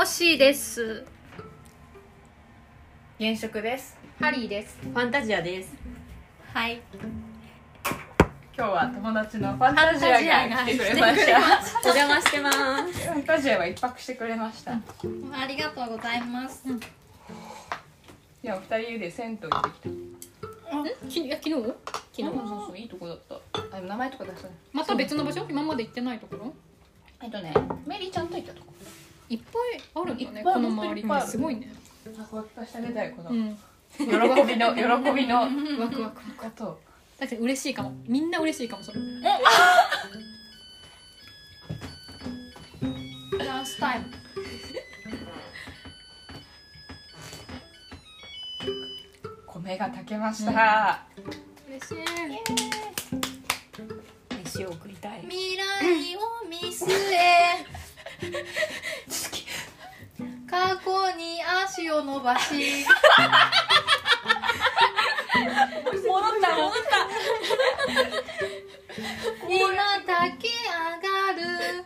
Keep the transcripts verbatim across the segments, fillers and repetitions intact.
シーです。 現職です。 ハリーです。 ファンタジアです。 はい。 今日は友達のファンタジアが来てくれました。 お邪魔してます。 ファンタジアは一泊してくれました。 ありがとうございます。 いや、二人で銭湯行ってきた。 あ、き、いや、昨日？昨日。 そうそうそう、いいとこだった。あ、名前とか出さない。 また別の場所？今まで行ってないところ？ えっとね、メリーちゃんと行ったとこ。 いっぱいあるんだね。 いっぱいこの周りってすごいね。 あ、こう聞かしてあげたいこの、 うん。 喜びの喜びのワクワク。 こと。 確かに嬉しいかも。みんな嬉しいかもそれ。ダンスタイム。 米が炊けました。 嬉しい。 飯を送りたい。 未来を見据え過去に足を伸ばし戻った戻った今炊き上がる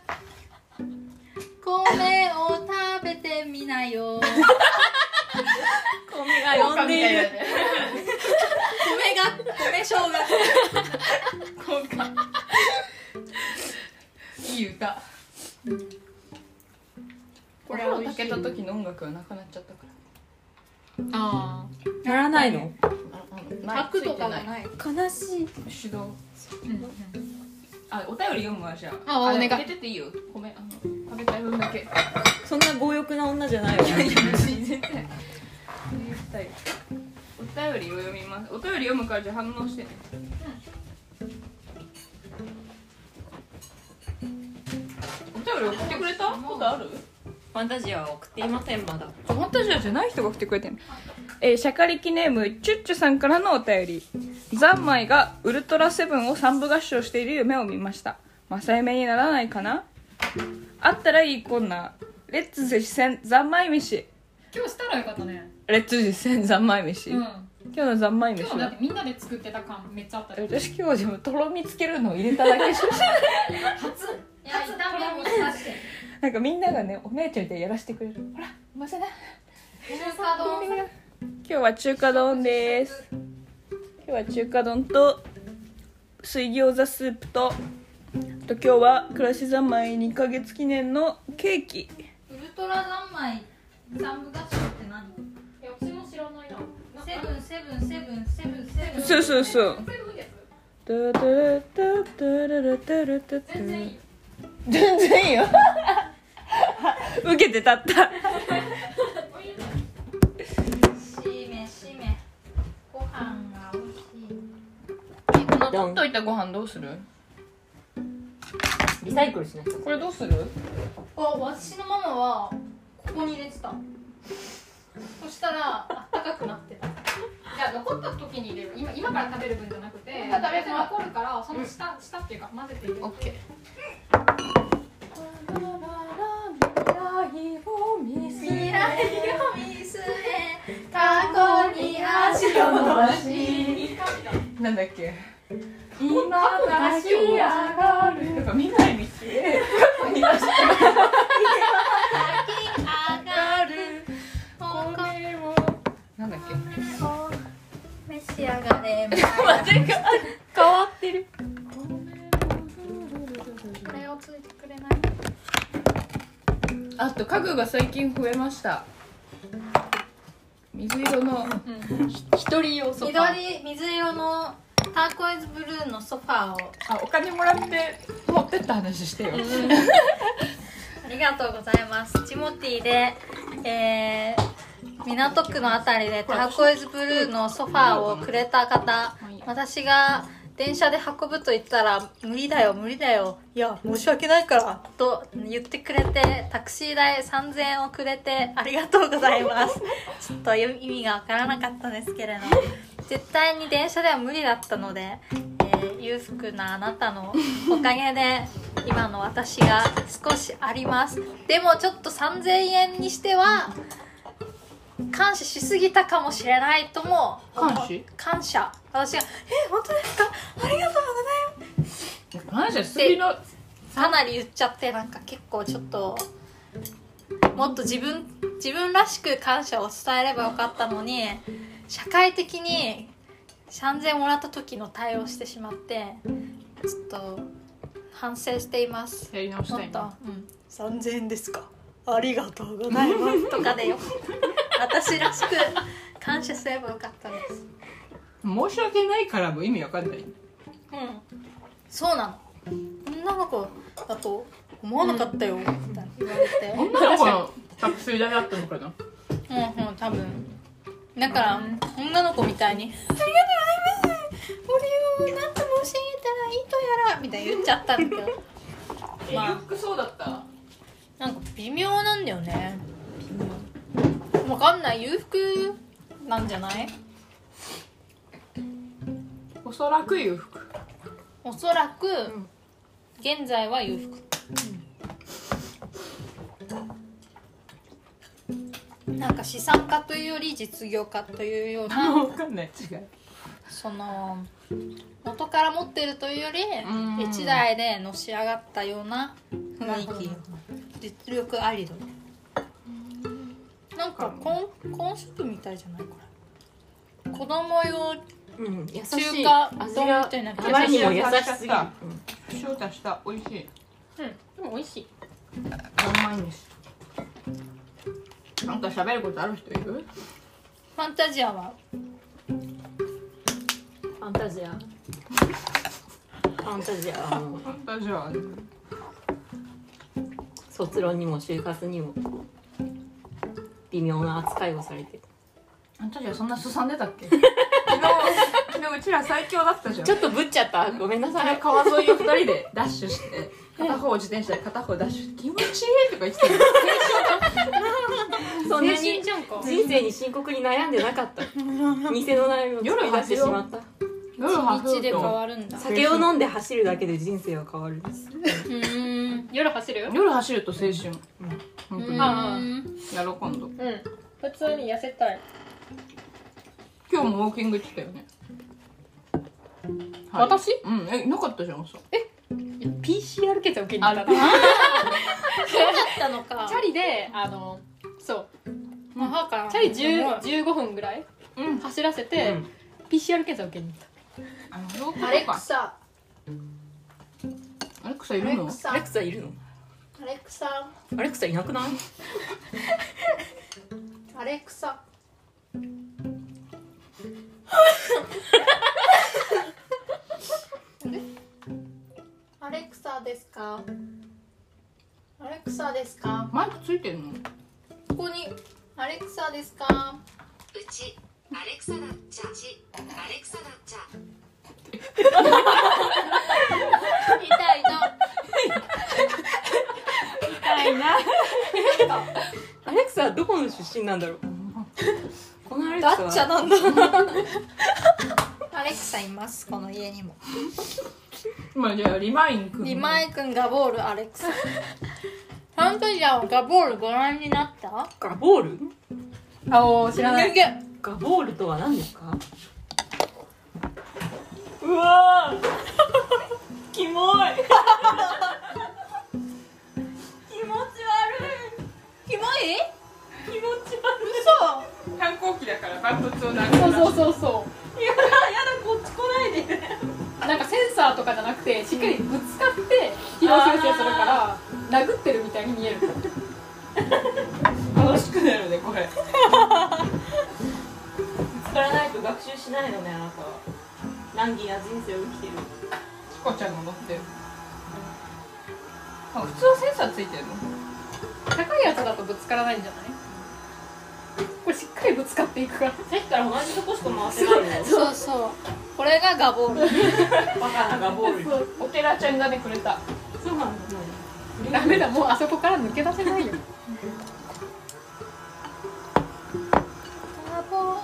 米を食べてみなよ米が呼んでいる。 米が米生姜効果いい歌。これを炊けた時の音楽はなくなっちゃったから。 ああ、ならないの？ あ炊くとかがない。 悲しい。 手動。 うんうん、 あ、お便り読むわじゃあ。 あ、お願い。 入れてていいよ。ごめん、あの食べたい分だけ。 そんな強欲な女じゃないわ。 いやいや別に全然。お便りを読みます。お便り読むからじゃあ反応してね。お便り送ってくれたことある？ ファンタジアは送っていませんまだ。 ファンタジアじゃない人が来てくれてる。えー、シャカリキネームチュッチュさんからのお便り。ザンマイがウルトラセブンを三部合唱している夢を見ました。正夢にならないかな？あったらいいこんな。レッツ実践ザンマイ飯。 今日したらよかったね。 レッツ実践ザンマイ飯。うん、今日のザンマイ飯は。 今日だってみんなで作ってた感めっちゃあったよ。 私今日はでもとろみつけるのを入れただけでしょ。 初。いや、炒めもさして。 なんかみんながね、お姉ちゃんでやらせてくれる。ほら、うませな。 中華丼。 今日は中華丼です。今日は中華丼と水餃子スープと、あと今日は暮らし三昧にかげつ記念のケーキ。 ウルトラ三昧三部合唱って何？いや、私も知らないな。セブンセブンセブンセブンセブン。 そうそうそう。 全然いい。 全然いいよ。受けて立った。 しめしめ。ご飯が美味しい。 え、この取っといたご飯どうする？ リサイクルしないと。 これどうする？ あ、私のママはここに入れてた。そしたらあったかくなってた。じゃあ残った時に入れる。今今から食べる分じゃなくて、食べて残るからその下、うん、下っていうか混ぜて入れる。オッケー。未来を見据え過去に足を伸ばしなんだっけ？今立ち上がる。やっぱ未来見据え過去に足を伸ばし上がる。 なんだっけ？ 召し上がれ。 待ってか変わってる。 これをついてくれない？ あと家具が最近増えました。水色の一人用ソファー。緑水色のターコイズブルーのソファーを。 あ、お金もらって持ってった話してよ。 ありがとうございます。チモティで、えー、港区のあたりでターコイズブルーのソファーをくれた方、私が電車で運ぶと言ったら無理だよ無理だよ、いや申し訳ないからと言ってくれて、タクシー代さんぜんえんをくれてありがとうございます。ちょっと意味がわからなかったですけれど、絶対に電車では無理だったので、えー、裕福なあなたのおかげで今の私が少しあります。でもちょっとさんぜんえんにしては感謝しすぎたかもしれないとも。 感謝感謝私が「え本当ですか、ありがとうございます」 感謝しすぎのかなり言っちゃって、なんか結構ちょっともっと自分自分らしく感謝を伝えればよかったのに、社会的にさんぜんえんもらった時の対応してしまってちょっと反省しています。 やり直したいな。 もっと、うん、さんぜんえんですか、ありがとうございますとかでよ私らしく感謝すればよかったです。 申し訳ないからも意味わかんない。 うん、そうなの。女の子だと思わなかったよ、みたいな言われて。 女の子のタクシー代だったのかな。 うんうん、多分。だから、女の子みたいに「ありがとうございます、これを何と申し上げたらいいとやら」みたいに言っちゃったんだけどえ、 まあ洋服そうだった。 なんか微妙なんだよね。わかんない、裕福なんじゃない？ おそらく裕福。 おそらく、現在は裕福、うん、なんか資産家というより実業家というようなわかんない、違う。 その元から持ってるというよりうん一代でのし上がったような雰囲気、実力ありのなんかコンコンスープみたいじゃないこれ。子供用うん、優しい中華味が丼みたいな。 あまりにも優しすぎる。 塩足した、美味しい。 うん、でも美味しい。 うまいんです。なんか喋ることある人いる？ ファンタジアはファンタジア。ファンタジアはもうファンタジア。 卒論にも就活にも微妙な扱いをされてる。 ファンタジアそんなすさんでたっけ？昨日昨日うちら最強だったじゃん。 ちょっとぶっちゃった。ごめんなさい。 川沿いをふたりでダッシュして片方自転車で片方ダッシュして気持ちいいとか言ってたよ。 そんなに青春じゃんか。 人生に深刻に悩んでなかった。店の悩みを作り出してしまった。 夜は一日で変わるんだ。 酒を飲んで走るだけで人生は変わるんです。 うん夜走る？ 夜走ると青春。本当にあやろう今度。 うん普通に痩せたい。 今日もウォーキング行ってたよね。 私？ うんえなかったじゃん朝。 え ピーシーアール 検査受けに行ったの。そうだったのか。 チャリであのそう母からチャリじゅう、じゅうごふんぐらいうん走らせて、 うんピーシーアール 検査受けに行った。 あのロープアレとかクサアレクサいるのアレク？サアレクサいるの？ アレクサアレクサいなくない？ アレクサアレクサですか？アレクサですか？ マイクついてるの？ ここにアレクサですか？ うちアレクサだっちゃちアレクサだっちゃ痛いな。 痛いな。アレクサはどこの出身なんだろう。このアレクサはだっちゃなんだ。アレクサいますこの家にも。 まあじゃあリマインくん。 リマイ君ガボールアレクサ。ファンタジアはガボールご覧になった？ ガボール？ あお知らない。 全然ガボールとは何ですか？うわーキモい。気持ち悪い。 キモい？ 気持ち悪い。 嘘。 反抗期だからバントツを流そうそうそうそやだやだこっち来ないで。 う。なんかセンサーとかじゃなくてしっかりぶつかって疲労生成するから殴ってるみたいに見える。 楽しくなるねこれ。 ぶつからないと学習しないのねあなたは。難儀な人生を生きてる。 チコちゃんが乗ってる。あ普通はセンサーついてるの？ 高いやつだとぶつからないんじゃない？これしっかりぶつかっていくから。 さっきから同じとこしか回ってないよ。 そうそう。これがガボール。 バカなガボール。 お寺ちゃんがねくれた。 そうなんだ。 ダメだもうあそこから抜け出せないよ。 ガボー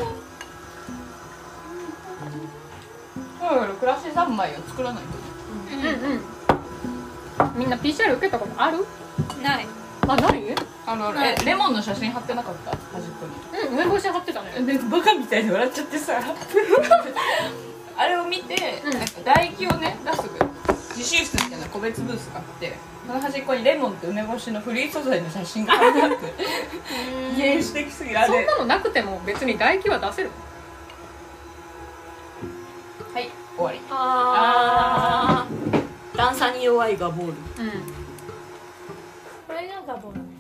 そうよ暮らし三昧を作らないと。 うんうんみんな ピーシーアール 受けたことある？ ル。ない。 あない？ あのえレモンの写真貼ってなかった端っこに。 うん梅干し貼ってたね。 でバカみたいに笑っちゃってさあれを見て、 うんなんか唾液をね出す自習室みたいな個別ブースがあって、その端っこにレモンと梅干しのフリー素材の写真が貼ってあって原始的すぎる。あれそんなのなくても別に唾液は出せる。 はい終わり。 あー段差に弱いガボール。 うん。 これがガボール。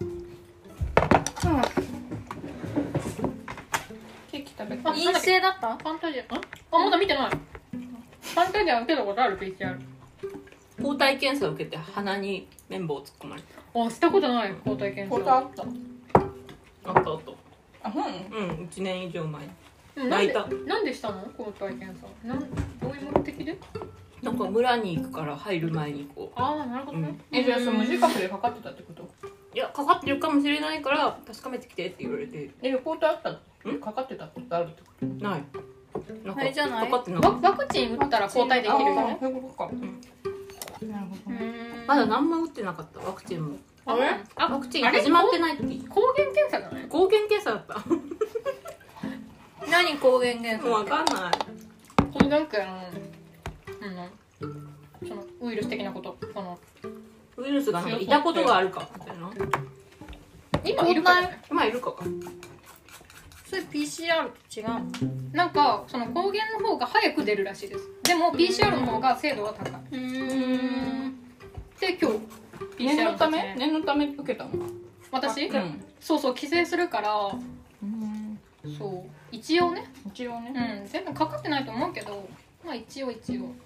ケーキ食べた。 陰性だった？ ファンタジア、ん？あ、まだ見てない。ファンタジア受けたことある ピーシーアール。 抗体検査を受けて鼻に綿棒を突っ込まれあ、したことない抗体検査。 コートあった。 た。あったあった。 あ、うん。 うん、いちねん以上前。 うんなんで泣いなんでしたの抗体検査？なんどういう目的で？ なんか村に行くから入る前にこう。 ああ、なるほどね。 え、じゃあその無自覚でかかってたってこと？ いや、かかってるかもしれないから確かめてきてって言われて。 え、コートあったの？かかってたことあるってこない。なんかあれじゃないかかってなかっワワクチン打ったら抗体でと？ きるよね。 そういうことか。なるほどね。 た。まだ何も打ってなかったワクチンも。 あれ？あ、 ワクチン始まってない時。 抗原検査じゃない？ 抗原検査だった。 何抗原検もうわ査？ かんない。 抗原検査うんそのウイルス的なことこのウイルスがなんかいたことがあるかみたいな。 今いるかね。 今いるかか。 それ ピーシーアール と違うの？ なんかその抗原の方が早く出るらしいです。でも ピーシーアール の方が精度は高い。 うーん。 で今日 ピーシーアール念のためね念のため受けたの？ 私、 うん。 そうそう帰省するからうん。 そう一応ね一応ね。 うん全然かかってないと思うけどまあ一応一応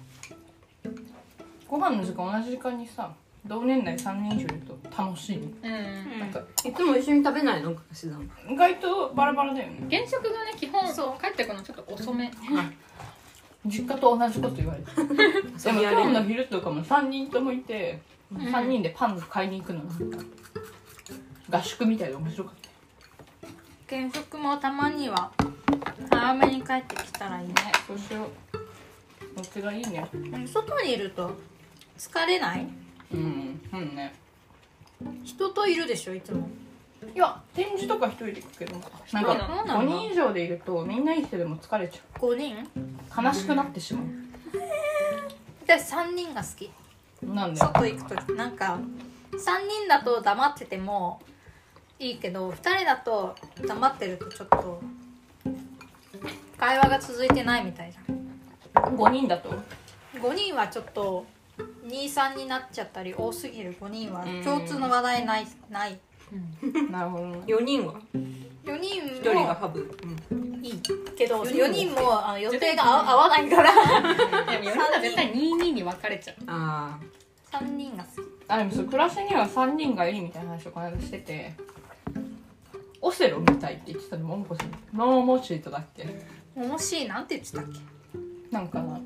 ご飯の時間同じ時間にさ、同年代さんにん以上いると楽しいね。 うんなんかいつも一緒に食べないのかしら。 意外とバラバラだよね。 現職がね基本帰ってくるのちょっと遅め実家と同じこと言われて。でも今日の昼とかもさんにんともいて、さんにんでパン買いに行くのなんか合宿みたいで面白かった。 現職もたまには早めに帰ってきたらいいね。 そうしよう。どっちがいいね。 外にいると疲れない？ うん、うんね。 人といるでしょいつも。 いや、展示とか一人で行くけど、なんそうかなんだごにん以上でいるとみんないい人でも疲れちゃごにん？ う。悲しくなってしまう。 私さんにんが好き。 なんだよ。 外行くときなんかさんにんだと黙っててもいいけどふたりだと黙ってるとちょっと会話が続いてないみたいじゃん。 ごにんだとごにんはちょっとにさんになっちゃったり多すぎる。ごにんはうん共通の話題ないない。 なるほどね。 よにんはよにんひとりがもハブ。うん。 いいけどよよにんもあの予定が合合わないからでもよにんは絶対ににんに分かれちゃうあさんにんが好き。 あ、でもそう、暮らしにはさんにんがいいみたいな話をこの間してて、オセロみたいって言ってたのももこさん。もももちとだっけ？ ももしいなんて言ってたっけ？ なんかな、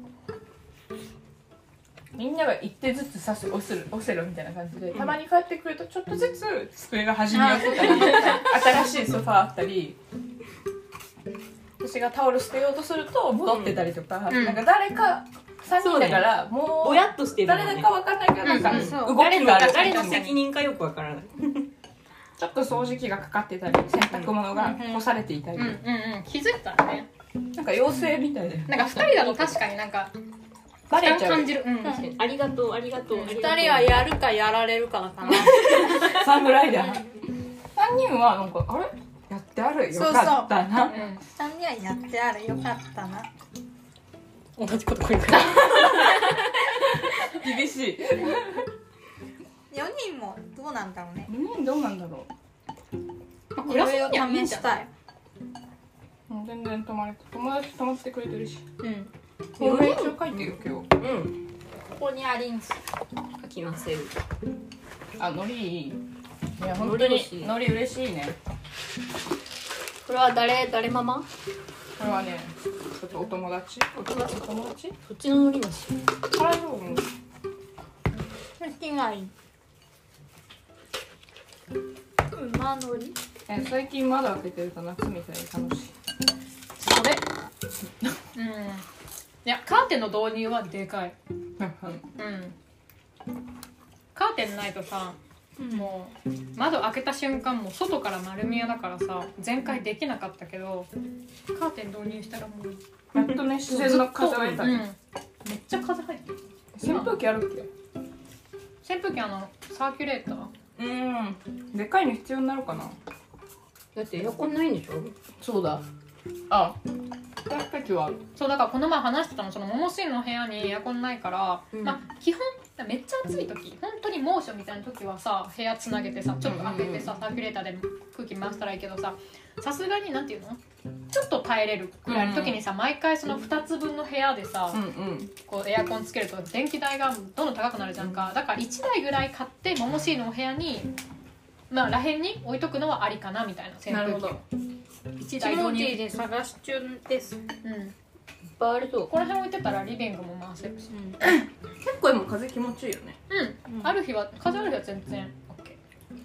みんなが一手ずつ指すオセロ、オセロみたいな感じで、たまに帰ってくるとちょっとずつ机が端に寄ってたり、新しいソファーあったり、私がタオル捨てようとすると戻ってたりとか、 うんなんか誰かさんにんだからもうぼやっとしてるもんね誰だかわかんないけど、なんかうんそう動きがある。 誰の責任かよくわからない。 ちょっと掃除機がかかってたり、洗濯物が干されていたり、 うんうんうん気づいたらねなんか妖精みたいで、 なんかふたりだと確かになんかバレちゃう感じるうんありがとうありがとう。 ふたりはやるかやられるかだから侍だ。さんにんはなんかあれやってあるよかったな。 うんさんにんはやってあるよかったな。 同じことこれから。 厳しい。 よにんもどうなんだろうね。 よにんどうなんだろまあいろいろ暮らすにはいいんじゃない試したい。 う。もう全然泊まれて、友達泊まってくれてるし。 うんホームページを書いてるよ今日。 うん。 ここにありんす。 書きますよ。 あ、海苔いい。いや本当に海苔欲しい海苔嬉しいね。 これは誰誰ママ？ これはね、ちょっとお友達。 お友達。 お友達？ そっちの海苔だし。 大丈夫。 好きがいい。馬乗り？ え、最近窓開けてると夏みたいで楽しい。 それうんいやカーテンの導入はでかいうんカーテンないとさもう窓開けた瞬間もう外から丸見えだからさ全開できなかったけどカーテン導入したらもうやっとね、自然の風が出たり。 うんめっちゃ風入ってる扇風機あるっけ？ 扇風機あのサーキュレーター。 うんでかいの必要になるかな。 だってエアコンないんでしょ。 そうだ。あ洗濯機はある。 そうだからこの前話してたの、そのモモシンの部屋にエアコンないから、 うんまあ基本めっちゃ暑い時、本当に猛暑みたいな時はさ部屋つなげてさちょっと開けてさサーキュレーターで空気回したらいいけどさ、さすがになんていうのちょっと耐えれるぐらいの時にさ、毎回そのふたつぶんの部屋でさ、 うんうんこうエアコンつけると電気代がどんどん高くなるじゃんか。だからいちだいぐらい買ってモモシーのお部屋にまあらへんに置いとくのはありかなみたいな。扇なるほ風機ど。 をいちチモティだい導入。 で探し中です。 うん、 いっぱいありそう。 ここら辺置いてたらリビングも回せるし、 結構今風気持ちいいよね。 うん、ある日は風ある日は全然 OK。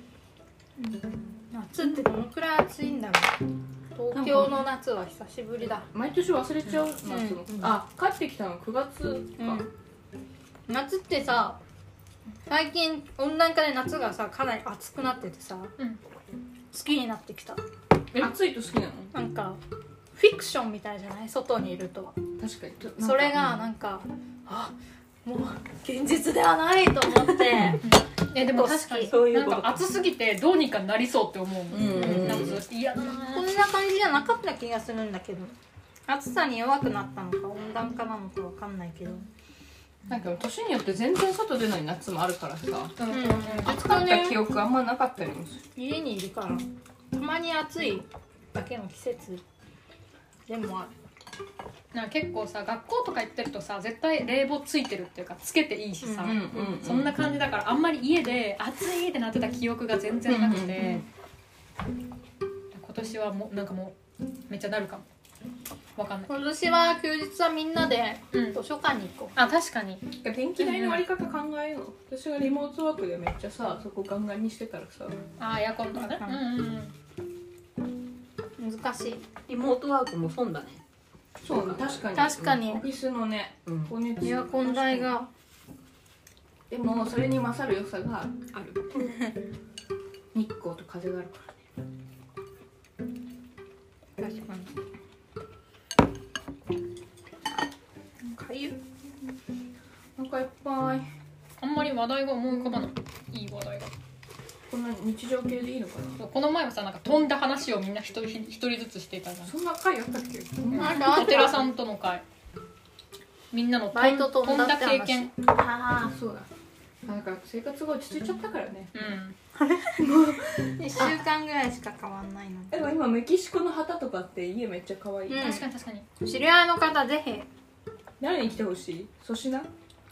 夏ってどのくらい暑いんだろう。東京の夏は久しぶりだ。 毎年忘れちゃう夏の、 うんあ帰ってきたのくがつか、 うん、夏ってさ最近温暖化で夏がさかなり暑くなっててさ、 うん、 好きになってきた。 え暑いと好きなの？ なんかフィクションみたいじゃない、外にいるとは。 確かにそれがなんか、あもう現実ではないと思ってえでも確かになそういうことんか暑すぎてどうにかなりそうって思うもん、 うんうんうん夏嫌だなこんな感じじゃなかった気がするんだけど、暑さに弱くなったのか温暖化なのかわかんないけど、 なんか年によって全然外出ない夏もあるからさ、 うんうんうん暑かった記憶あんまなかったりもする。 家にいるからたまに暑いだけの季節でもある。 なんか結構さ学校とか行ってるとさ絶対冷房ついてるっていうかつけていいしさ、 うんうんうんそんな感じだからあんまり家で暑いってなってた記憶が全然なくて、今年はもうなんかもうめっちゃなるかも。わかんない。 今年は休日はみんなでうん図書館に行こあ確かに。 電気代の割り方考えよう。私がリモートワークでめっちゃさそこガンガンにしてたらさ、 あエアコンとかね。 ううんんうんうん。 う。難しい。 リモートワークも損だね。 そうね確かに確かにオフィスのねうん光熱エアコン代がでもそれに勝る良さがある。 日光と風があるからね。 確かにかゆい。 お腹いっぱい。 あんまり話題が思い浮かばない。いい話題が。 こんな日常系でいいのかな。 この前はさなんか飛んだ話をみんな一人一人ずつしていたじゃん。 そんな回あったっけ？ あったあったお寺さんとの会。みんなの飛んバイト飛んだって話飛んだ経験。 ああそうだ。なんか生活が落ち着いちゃったからね。 うん。 いっしゅうかんぐらいしか変わんないの。 でも今メキシコの旗とかって家めっちゃ可愛い。 うん確かに確かに。 知り合いの方ぜひ。 誰に来てほしい？粗品？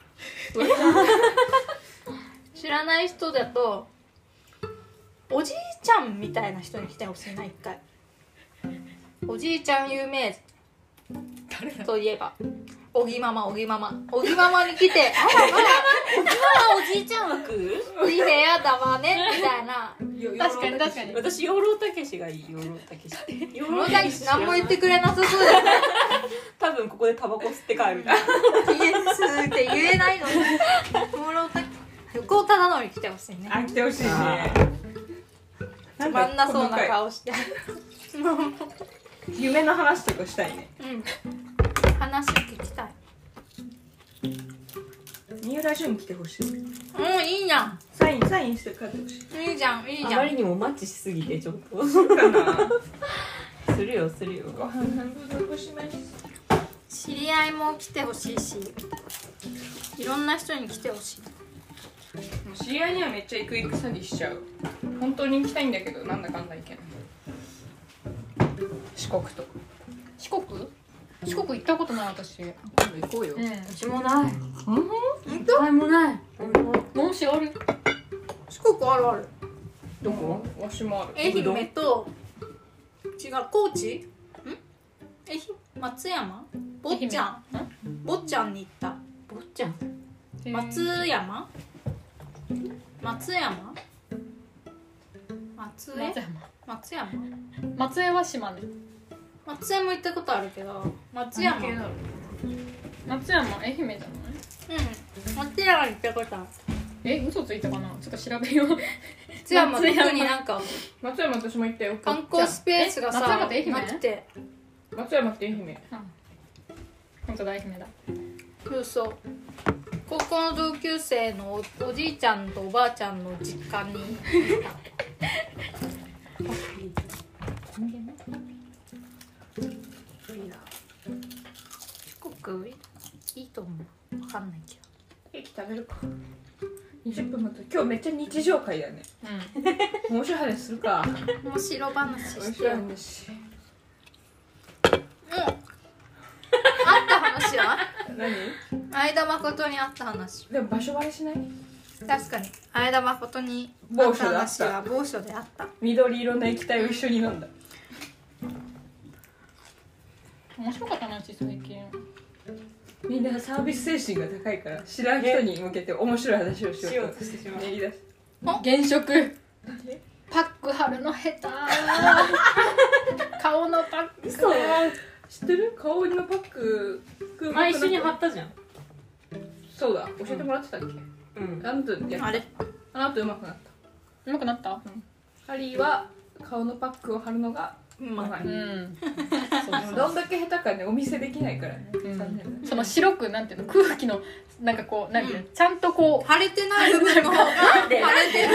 知らない人だとおじいちゃんみたいな人に来てほしいな一回。おじいちゃん有名誰だ。 といえばおぎママおぎママおぎママに来てあらあらおじいちゃん枠？ いい部屋だわねみたいな。 確かに確かに。 私養老たけしがいい。養老たけし。養このたけし何も言ってくれなさそうだよね。 多分ここでタバコ吸って帰る。 イエスって言えないのに。おもろた横尾忠則来てほしいね。 あ来てほしいね。 つまんなそうな顔して。 夢の話とかしたいね。 うん。話聞きたい。 三浦淳来てほしい。 うんいいじゃん。 サインサインして帰ってほしい。 いいじゃんいいじゃん。 あまりにもマッチしすぎてちょっと。 そうかな。 するよするよ。 ご飯半分残します。 知り合いも来てほしいし、いろんな人に来てほしい。 知り合いにはめっちゃ行く行く詐欺しちゃう。本当に行きたいんだけどなんだかんだ行けない。四国とか。 四国？四国行ったことない私。 今度行こうよ。 うん。 うちもない。 うん？ 一回もない。 もしある？ 四国あるある。 どこ？ わしもある。 愛媛と違う高知？ん？愛媛松山？坊ちゃん？坊ちゃんに行った。 坊ちゃん。 松山？松山？松江？ 松山。 松山？ 松江は島根。 松江も行ったことあるけど、松山。うん。 松山愛媛じゃない？ 松山に行ったことある。 え嘘ついたかな。ちょっと調べよう。 松山特になんか松山私も行ったよ。 観光スペースがえ松さ山って愛媛なくて、 松山って愛媛。 本当だ愛媛だ。 そうそう。 高校の同級生の お, おじいちゃんとおばあちゃんの実家に行った四国いいと思う。分かんないけどケーキ食べるか。にじゅっぷん待って。今日めっちゃ日常会だね。 う面白い話するか。 面白話面して白いよ。 話。 あった話は何？ 相田誠にあった話。 でも場所バレしない？ 確かに相田誠にあった話は某所であった。 緑色の液体を一緒に飲んだ。 ん面白かったな最近。 みんなサービス精神が高いから知らん人に向けて面白い話をしようしようとしてしまう練り出す。 現職パック貼るの下手顔のパックそう知ってる？顔のパック前一緒に貼ったじゃん。 そうだ、教えてもらってたっけ？ うんあの後やった。 あれあの後うまくなった。 うまくなった？ ハリーは顔のパックを貼るのがうまい。 うんでもどんだけ下手かねお見せできないからね、 うん残念だその白くなんていうの空気のなんかこうなんていうのちゃんとこ腫れてない部分の方が腫れてる部分より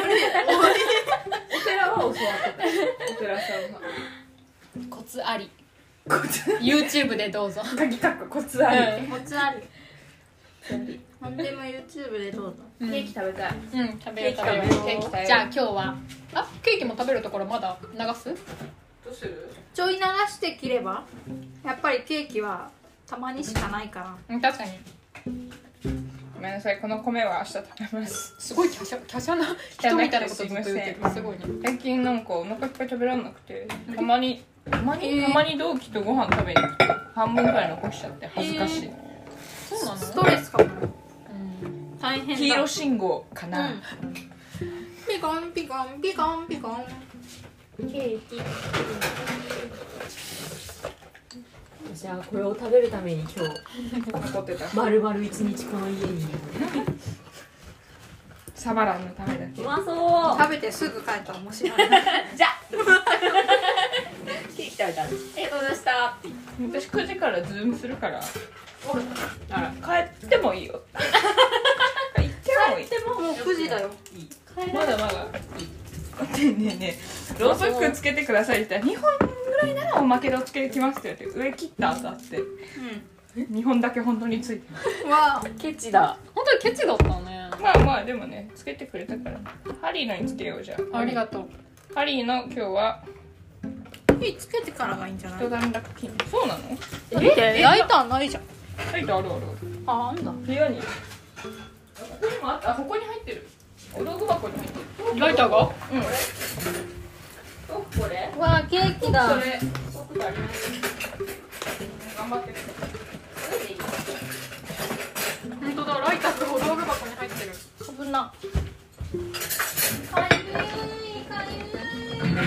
お寺は教わってた。お寺さんはうコツあり YouTube でどうぞ鍵かっこコツあり、 多い。コツある。なんでも YouTube でどうぞ。 うんケーキ食べたい。 うん食べよう食べようケーキ食べようじゃあ今日はあケーキも食べるところまだ流すどうする？ ちょい流して切ればやっぱりケーキはたまにしかないから。 うん確かにごめんなさい、この米は明日食べます。 すごい華奢華奢な人みたいなことずっと言ってるすいませんすごいね最近なんかお腹いっぱい食べられなくて、たまにたまに、たまに同期とご飯食べに行くと半分くらい残しちゃって恥ずかしい。 そうなのストレスかも。 うん大変だ。 黄色信号かな。 うんピコンピコンピコンピコン。ケーキ。 じゃあこれを食べるために今日残ってた。 丸々一日この家にいる。 サバランのためだけ。 うまそう。 食べてすぐ帰ったら面白い。 じゃケーキ食べた。えどうでしたって。 私くじからズームするから。あら帰ってもいいよ。行ってもいい。 でももうくじだよ。 まだまだ。ねえねえねえ、ろうそくつけてくださいって言ったらにほんぐらいならおまけでおつけできますって言って上切った後あってうにほんだけ本当についてる。 ん。わケチだ。 本当にケチだったねまあまあでもねつけてくれたからハリーのにつけようじゃあ。 ありがとうハリーの今日はあ。火つけてからがいいんじゃない？ 一段落金。そうなの？ だってライターないじゃん。 ライトあるあるある。 あ、あんだ。 部屋に。ここにもあった。あここに入ってる。お道具箱に入ってる。 ライターがうん。 これ？ わあ、ケーキだ。 それ。奥あります。頑張ってください。 本当だライターがお道具箱に入ってる危な。かゆいかゆい。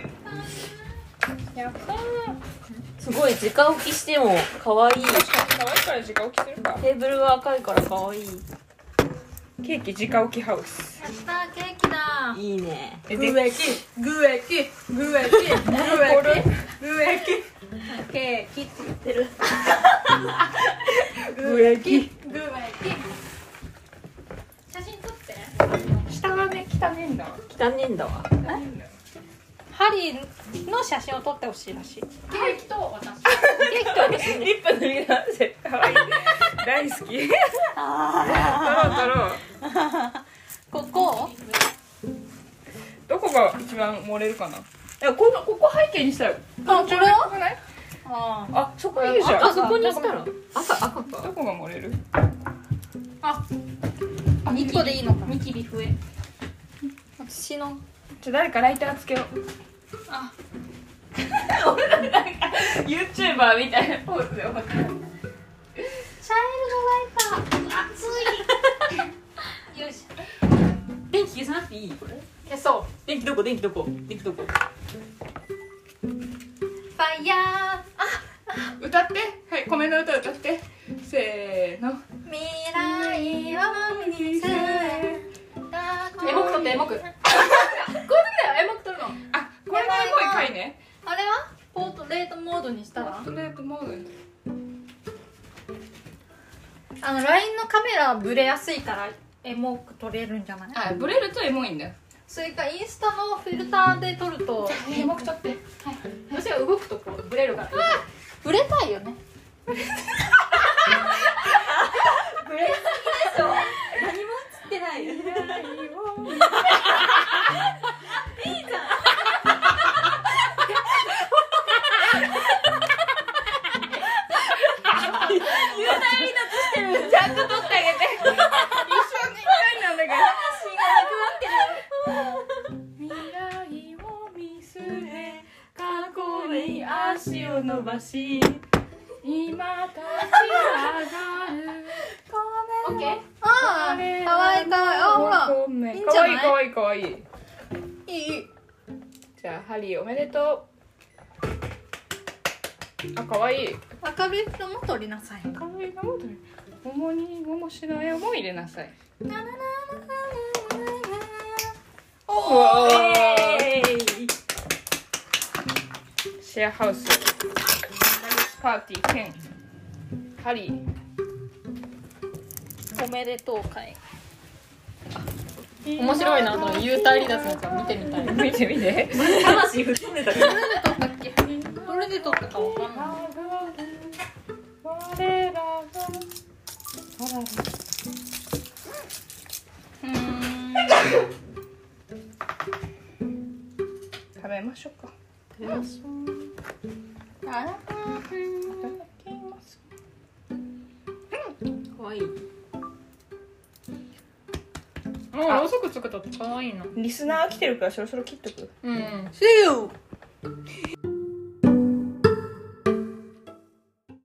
やったー。 すごい直置きしても可愛い。 確かに可愛いから直置きするか。 テーブルは赤いから可愛い。 ケーキ直置きハウス。 やったー、ケーキだ。 いいね。 えグエキ、グエキ、グエキ、グエキ、グエキ。ケーキって言ってる。 グエキ。 グエキ。 写真撮って下がね汚ねえんだわ。 汚ねえんだわ。 汚ねえんだよ。 ハリーの写真を撮ってほしいらしい。 ケーキと私リップ塗り直せ。可愛い。大好き。撮ろう撮ろう。 ここどこが一番盛れるかな。いやこのここ背景にしたら。 あ、これはこない？ ああそこいいじゃん。 あそこにしたら赤赤か。 どこが盛れる？ あ、いっこでいいのか。ニキビ増え。私の。 じゃ誰かライターつけよう。 あ、 俺らなんか YouTuber みたいなポーズで終わった。 チャイルドワイパー。熱い。よいしょ。 電気消さなくていいこれ？ 消そう電気どこ電気どこ電気どこ？ ファイヤー。 歌ってはい米の歌歌ってせーの。 未来を見せる。 エモく撮ってエモくこういう時だよエモく撮るのあこれがエモい回ね。 あれはポートレートモードにしたらストレートモードに。 ああの ライン のカメラはブレやすいからエモく撮れるんじゃない？ あ、ブレるとエモいんだよ。 それかインスタのフィルターで撮るとエモくちゃって。 私が動くとこうブレるからブレたいよね。 ブレすぎでしょ。何も映ってないよ。 ちゃんと撮ってあげて。一生に一回なんだけど。未来を見据え、過去に足を伸ばし、今立ち上がる。 オッケー。 ああ、かわいいかわいい。あ、ほら。 ごめん。 いいんじゃないかわいいかわいいかわいい。 いい。 じゃあハリーおめでとう。あ、かわいい。 明るい人も撮りなさい。 かわいいなもとね。桃に桃白絵も入れなさい。 おわお。 シェアハウスパーティー兼ハリーおめでとう会。 面白いな、その幽体離脱のやつは見てみたい。 見てみて。 魂吹っ飛んでたけど。 どれで撮ったっけ？どれで撮ったかわかんない。 我らがうーん。 食べましょうか。 食べましょう。あら。 いただきます。 かわいい。 もうろうそくつくと可愛いな。 リスナー来てるからそろそろ切っとく。 うん。 See you!